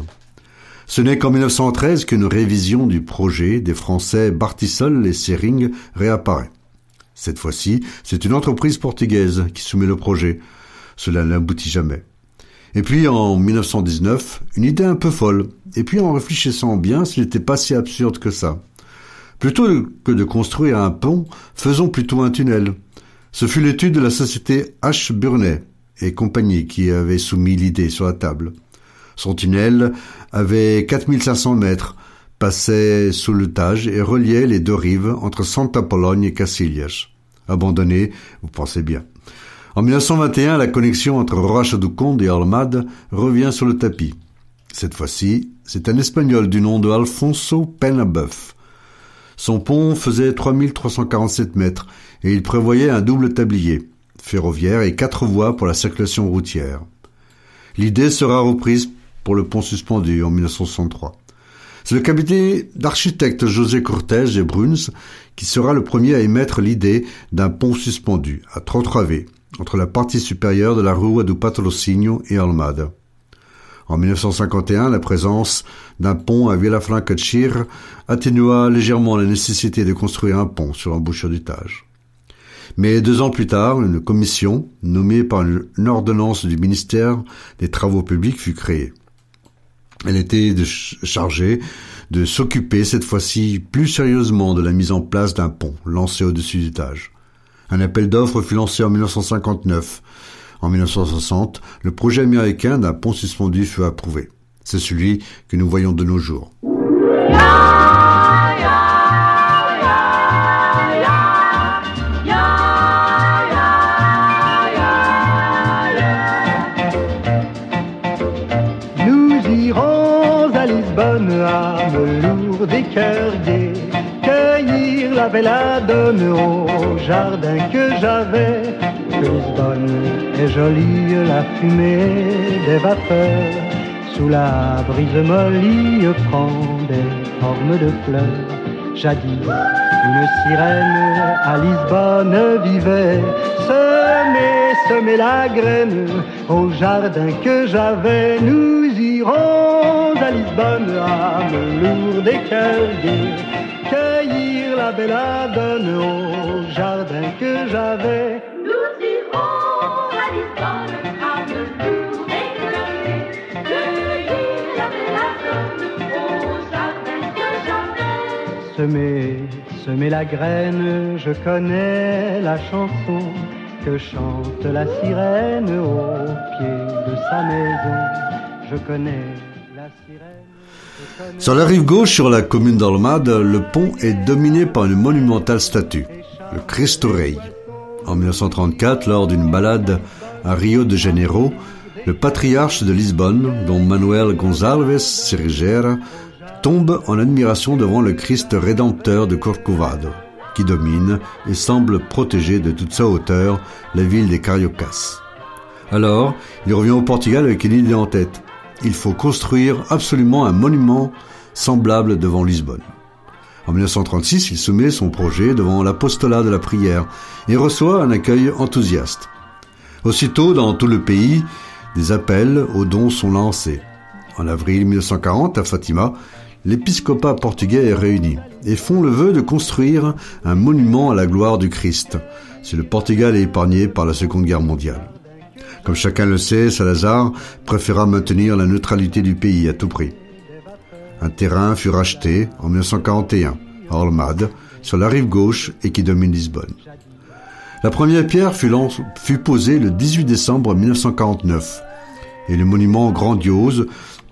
Ce n'est qu'en 1913 qu'une révision du projet des Français Bartisol et Sering réapparaît. Cette fois-ci, c'est une entreprise portugaise qui soumet le projet. Cela n'aboutit jamais. Et puis, en 1919, une idée un peu folle. Et puis, en réfléchissant bien, ce n'était pas si absurde que ça. Plutôt que de construire un pont, faisons plutôt un tunnel. Ce fut l'étude de la société H. Burney et compagnie qui avait soumis l'idée sur la table. Son tunnel avait 4500 mètres, passait sous le Tage et reliait les deux rives entre Santa Pologne et Cacilhas. Abandonné, vous pensez bien. En 1921, la connexion entre Rocha do Conde et Almada revient sur le tapis. Cette fois-ci, c'est un Espagnol du nom de Alfonso Penabeuf. Son pont faisait 3347 mètres et il prévoyait un double tablier, ferroviaire et 4 voies pour la circulation routière. L'idée sera reprise pour le pont suspendu en 1963. C'est le cabinet d'architecte José Cortés et Bruns qui sera le premier à émettre l'idée d'un pont suspendu à 33 V entre la partie supérieure de la Rua do Patrocínio et Almada. En 1951, la présence d'un pont à Vilafranca de Xir atténua légèrement la nécessité de construire un pont sur l'embouchure du Tage. Mais 2 ans plus tard, une commission, nommée par une ordonnance du ministère des Travaux publics, fut créée. Elle était chargée de s'occuper cette fois-ci plus sérieusement de la mise en place d'un pont lancé au-dessus du Tage. Un appel d'offres fut lancé en 1959. En 1960, le projet américain d'un pont suspendu fut approuvé. C'est celui que nous voyons de nos jours. Nous irons à Lisbonne, à Melour des cœurs gais, cueillir la belladone au jardin que j'avais. Lisbonne est jolie, la fumée des vapeurs sous la brise mollie prend des formes de fleurs. Jadis, une sirène à Lisbonne vivait, semait la graine au jardin que j'avais. Nous irons à Lisbonne, à Melour des cœurs gais, cueillir la belladone au jardin que j'avais. Nous irons à Lisbonne, à Melour des cœurs gais, cueillir la belladone au jardin que j'avais. Semer la graine, je connais la chanson que chante la sirène au pied de sa maison. Je connais la sirène. Sur la rive gauche, sur la commune d'Almada, le pont est dominé par une monumentale statue, le Cristo Rei. En 1934, lors d'une balade à Rio de Janeiro, le patriarche de Lisbonne, Dom Manuel Gonçalves Cerejeira, tombe en admiration devant le Christ rédempteur de Corcovado, qui domine et semble protéger de toute sa hauteur la ville des Cariocas. Alors, il revient au Portugal avec une idée en tête. Il faut construire absolument un monument semblable devant Lisbonne. En 1936, il soumet son projet devant l'apostolat de la prière et reçoit un accueil enthousiaste. Aussitôt, dans tout le pays, des appels aux dons sont lancés. En avril 1940, à Fatima, l'épiscopat portugais est réuni et font le vœu de construire un monument à la gloire du Christ, si le Portugal est épargné par la Seconde Guerre mondiale. Comme chacun le sait, Salazar préféra maintenir la neutralité du pays à tout prix. Un terrain fut racheté en 1941 à Almada, sur la rive gauche et qui domine Lisbonne. La première pierre fut posée le 18 décembre 1949 et le monument grandiose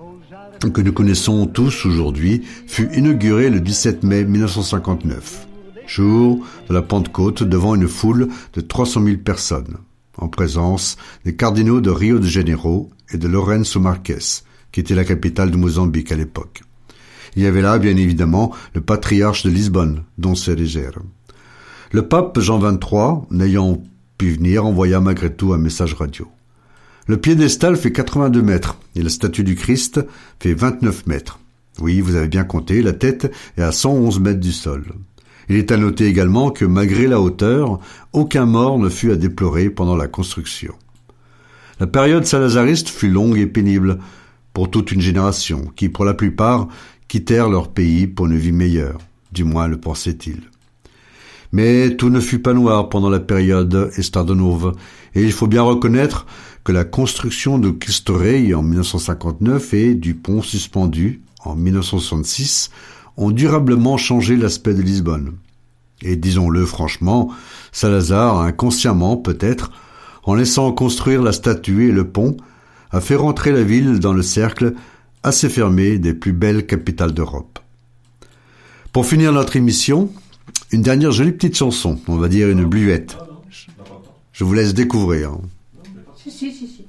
que nous connaissons tous aujourd'hui fut inauguré le 17 mai 1959, jour de la Pentecôte devant une foule de 300 000 personnes, en présence des cardinaux de Rio de Janeiro et de Lourenço Marques, qui était la capitale de Mozambique à l'époque. Il y avait là, bien évidemment, le patriarche de Lisbonne, Dom Cerejeira. Le pape Jean XXIII, n'ayant pu venir, envoya malgré tout un message radio. Le piédestal fait 82 mètres et la statue du Christ fait 29 mètres. Oui, vous avez bien compté, la tête est à 111 mètres du sol. Il est à noter également que malgré la hauteur, aucun mort ne fut à déplorer pendant la construction. La période salazariste fut longue et pénible pour toute une génération qui, pour la plupart, quittèrent leur pays pour une vie meilleure, du moins le pensaient-ils. Mais tout ne fut pas noir pendant la période Estado Novo, et il faut bien reconnaître que la construction de Cristo Rei en 1959 et du pont suspendu en 1966 ont durablement changé l'aspect de Lisbonne. Et disons-le franchement, Salazar, inconsciemment peut-être, en laissant construire la statue et le pont, a fait rentrer la ville dans le cercle assez fermé des plus belles capitales d'Europe. Pour finir notre émission, une dernière jolie petite chanson, on va dire une bluette. Je vous laisse découvrir. Si.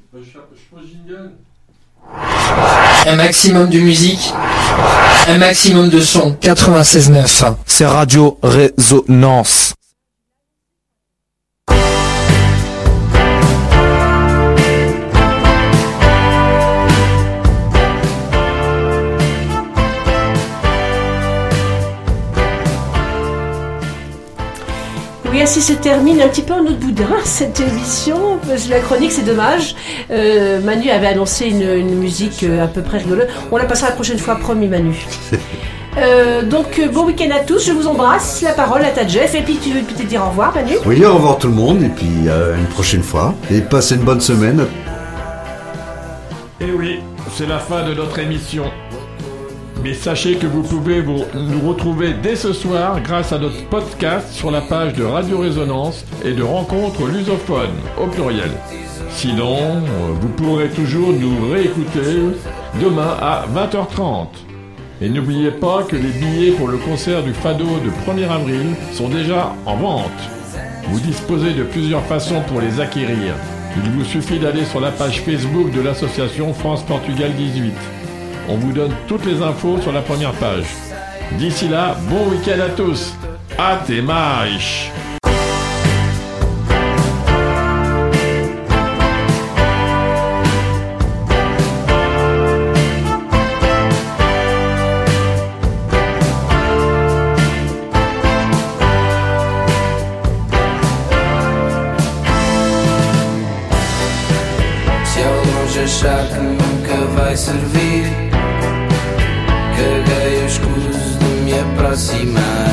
Un maximum de musique, un maximum de son. 96.9. C'est Radio Résonance. Oui, ainsi se termine un petit peu en autre boudin cette émission. La chronique, c'est dommage. Manu avait annoncé une musique à peu près rigolote. On la passera la prochaine fois, promis Manu. Donc, bon week-end à tous. Je vous embrasse. La parole à ta Jeff. Et puis, tu veux peut-être dire au revoir, Manu ? Oui, au revoir tout le monde. Et puis, à une prochaine fois. Et passez une bonne semaine. Et oui, c'est la fin de notre émission. Mais sachez que vous pouvez nous retrouver dès ce soir grâce à notre podcast sur la page de Radio Résonance et de Rencontres Lusophones, au pluriel. Sinon, vous pourrez toujours nous réécouter demain à 20h30. Et n'oubliez pas que les billets pour le concert du Fado de 1er avril sont déjà en vente. Vous disposez de plusieurs façons pour les acquérir. Il vous suffit d'aller sur la page Facebook de l'association France-Portugal 18. On vous donne toutes les infos sur la première page. D'ici là, bon week-end à tous. Até mais. Se ao longe achar que nunca vai servir, caguei o escuso de me aproximar.